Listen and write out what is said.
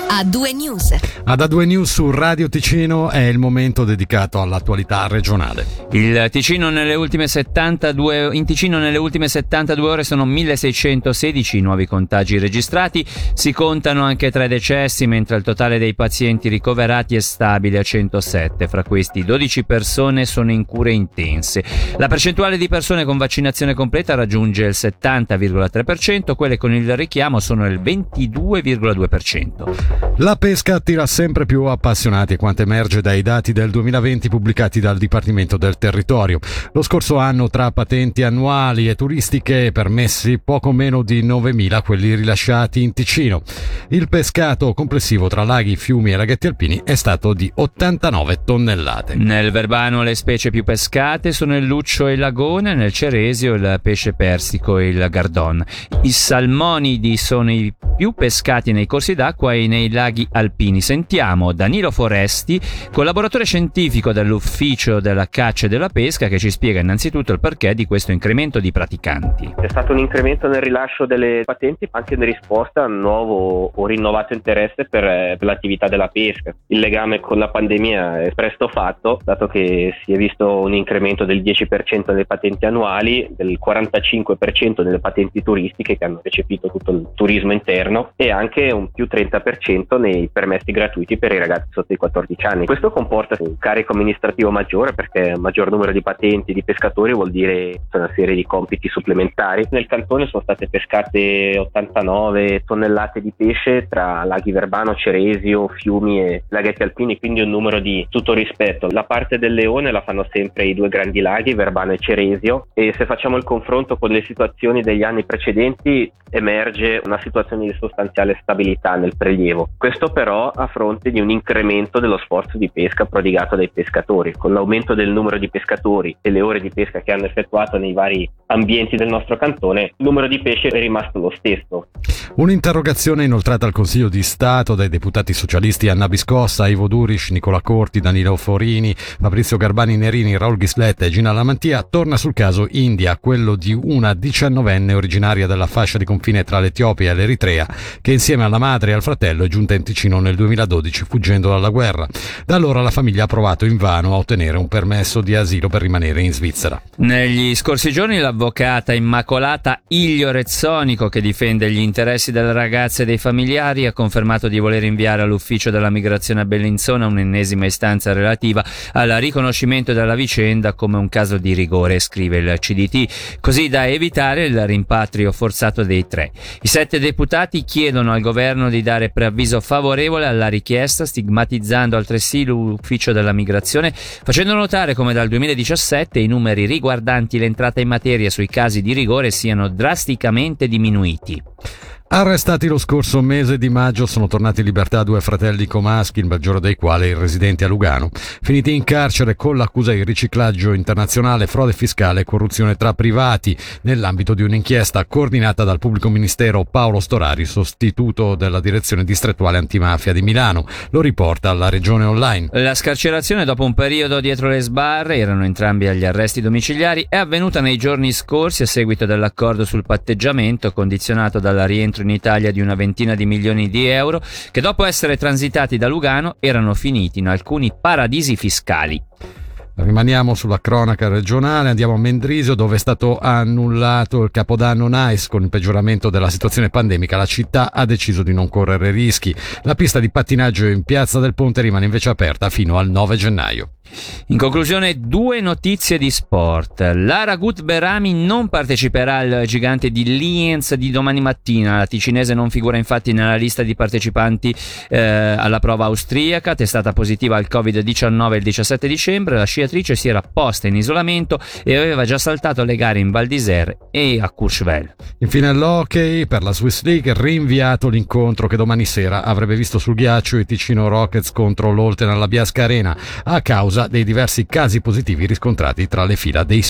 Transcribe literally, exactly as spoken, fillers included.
A due News. Ad A due News su Radio Ticino è il momento dedicato all'attualità regionale. Il Ticino nelle ultime settantadue in Ticino nelle ultime settantadue ore sono milleseicentosedici nuovi contagi registrati, si contano anche tre decessi, mentre il totale dei pazienti ricoverati è stabile a centosette. Fra questi dodici persone sono in cure intense. La percentuale di persone con vaccinazione completa raggiunge il settanta virgola tre per cento, quelle con il richiamo sono il ventidue virgola due per cento. La pesca attira sempre più appassionati, quanto emerge dai dati del duemilaventi pubblicati dal Dipartimento del Territorio. Lo scorso anno, tra patenti annuali e turistiche, permessi poco meno di novemila quelli rilasciati in Ticino. Il pescato complessivo tra laghi, fiumi e laghetti alpini è stato di ottantanove tonnellate. Nel Verbano le specie più pescate sono il luccio e il lagone, nel Ceresio il pesce persico e il gardon. I salmonidi sono i più pescati nei corsi d'acqua e nei laghi alpini. Sentiamo Danilo Foresti, collaboratore scientifico dell'Ufficio della Caccia e della Pesca, che ci spiega innanzitutto il perché di questo incremento di praticanti. C'è stato un incremento nel rilascio delle patenti anche in risposta a un nuovo o rinnovato interesse per, per l'attività della pesca. Il legame con la pandemia è presto fatto, dato che si è visto un incremento del dieci per cento delle patenti annuali, del quarantacinque per cento delle patenti turistiche che hanno recepito tutto il turismo interno e anche un più trenta per cento nei permessi gratuiti per i ragazzi sotto i quattordici anni. Questo comporta un carico amministrativo maggiore, perché un maggior numero di patenti di pescatori vuol dire una serie di compiti supplementari. Nel cantone sono state pescate ottantanove tonnellate di pesce tra laghi Verbano, Ceresio, fiumi e laghetti alpini, quindi un numero di tutto rispetto. La parte del leone la fanno sempre i due grandi laghi, Verbano e Ceresio, e se facciamo il confronto con le situazioni degli anni precedenti emerge una situazione di sostanziale stabilità nel prelievo. Questo però a fronte di un incremento dello sforzo di pesca prodigato dai pescatori. Con l'aumento del numero di pescatori e le ore di pesca che hanno effettuato nei vari ambienti del nostro cantone, il numero di pesce è rimasto lo stesso. Un'interrogazione inoltrata al Consiglio di Stato dai deputati socialisti Anna Biscossa, Ivo Durish, Nicola Corti, Danilo Forini, Fabrizio Garbani Nerini, Raul Ghisletta e Gina Lamantia torna sul caso India, quello di una diciannovenne originaria della fascia di confine tra l'Etiopia e l'Eritrea, che insieme alla madre e al fratello è giunta in Ticino nel duemiladodici fuggendo dalla guerra. Da allora la famiglia ha provato invano a ottenere un permesso di asilo per rimanere in Svizzera. Negli scorsi giorni l'avvocata Immacolata Ilio Rezzonico, che difende gli interessi delle ragazze e dei familiari, ha confermato di voler inviare all'ufficio della migrazione a Bellinzona un'ennesima istanza relativa al riconoscimento della vicenda come un caso di rigore, scrive il C D T, così da evitare il rimpatrio forzato dei tre. I sette deputati chiedono al governo di dare preavviso favorevole alla richiesta, stigmatizzando altresì l'ufficio della migrazione, facendo notare come dal duemiladiciassette i numeri riguardanti l'entrata in materia sui casi di rigore siano drasticamente diminuiti. Arrestati lo scorso mese di maggio sono tornati in libertà due fratelli comaschi, il maggiore dei quali residenti a Lugano, finiti in carcere con l'accusa di riciclaggio internazionale, frode fiscale e corruzione tra privati, nell'ambito di un'inchiesta coordinata dal pubblico ministero Paolo Storari, sostituto della direzione distrettuale antimafia di Milano. Lo riporta la Regione Online. La scarcerazione dopo un periodo dietro le sbarre, erano entrambi agli arresti domiciliari, è avvenuta nei giorni scorsi a seguito dell'accordo sul patteggiamento condizionato dal rientro in Italia di una ventina di milioni di euro che, dopo essere transitati da Lugano, erano finiti in alcuni paradisi fiscali. Rimaniamo sulla cronaca regionale, andiamo a Mendrisio, dove è stato annullato il Capodanno Nice. Con il peggioramento della situazione pandemica la città ha deciso di non correre rischi. La pista di pattinaggio in Piazza del Ponte rimane invece aperta fino al nove gennaio. In conclusione, due notizie di sport. Lara Gut-Berami non parteciperà al gigante di Lienz di domani mattina. La ticinese non figura infatti nella lista di partecipanti eh, alla prova austriaca, testata positiva al covid diciannove il diciassette dicembre. La sciatrice si era posta in isolamento e aveva già saltato le gare in Val d'Isère e a Courchevel. Infine l'hockey, per la Swiss League rinviato l'incontro che domani sera avrebbe visto sul ghiaccio i Ticino Rockets contro l'Olten alla Biasca Arena a causa dei diversi casi positivi riscontrati tra le fila dei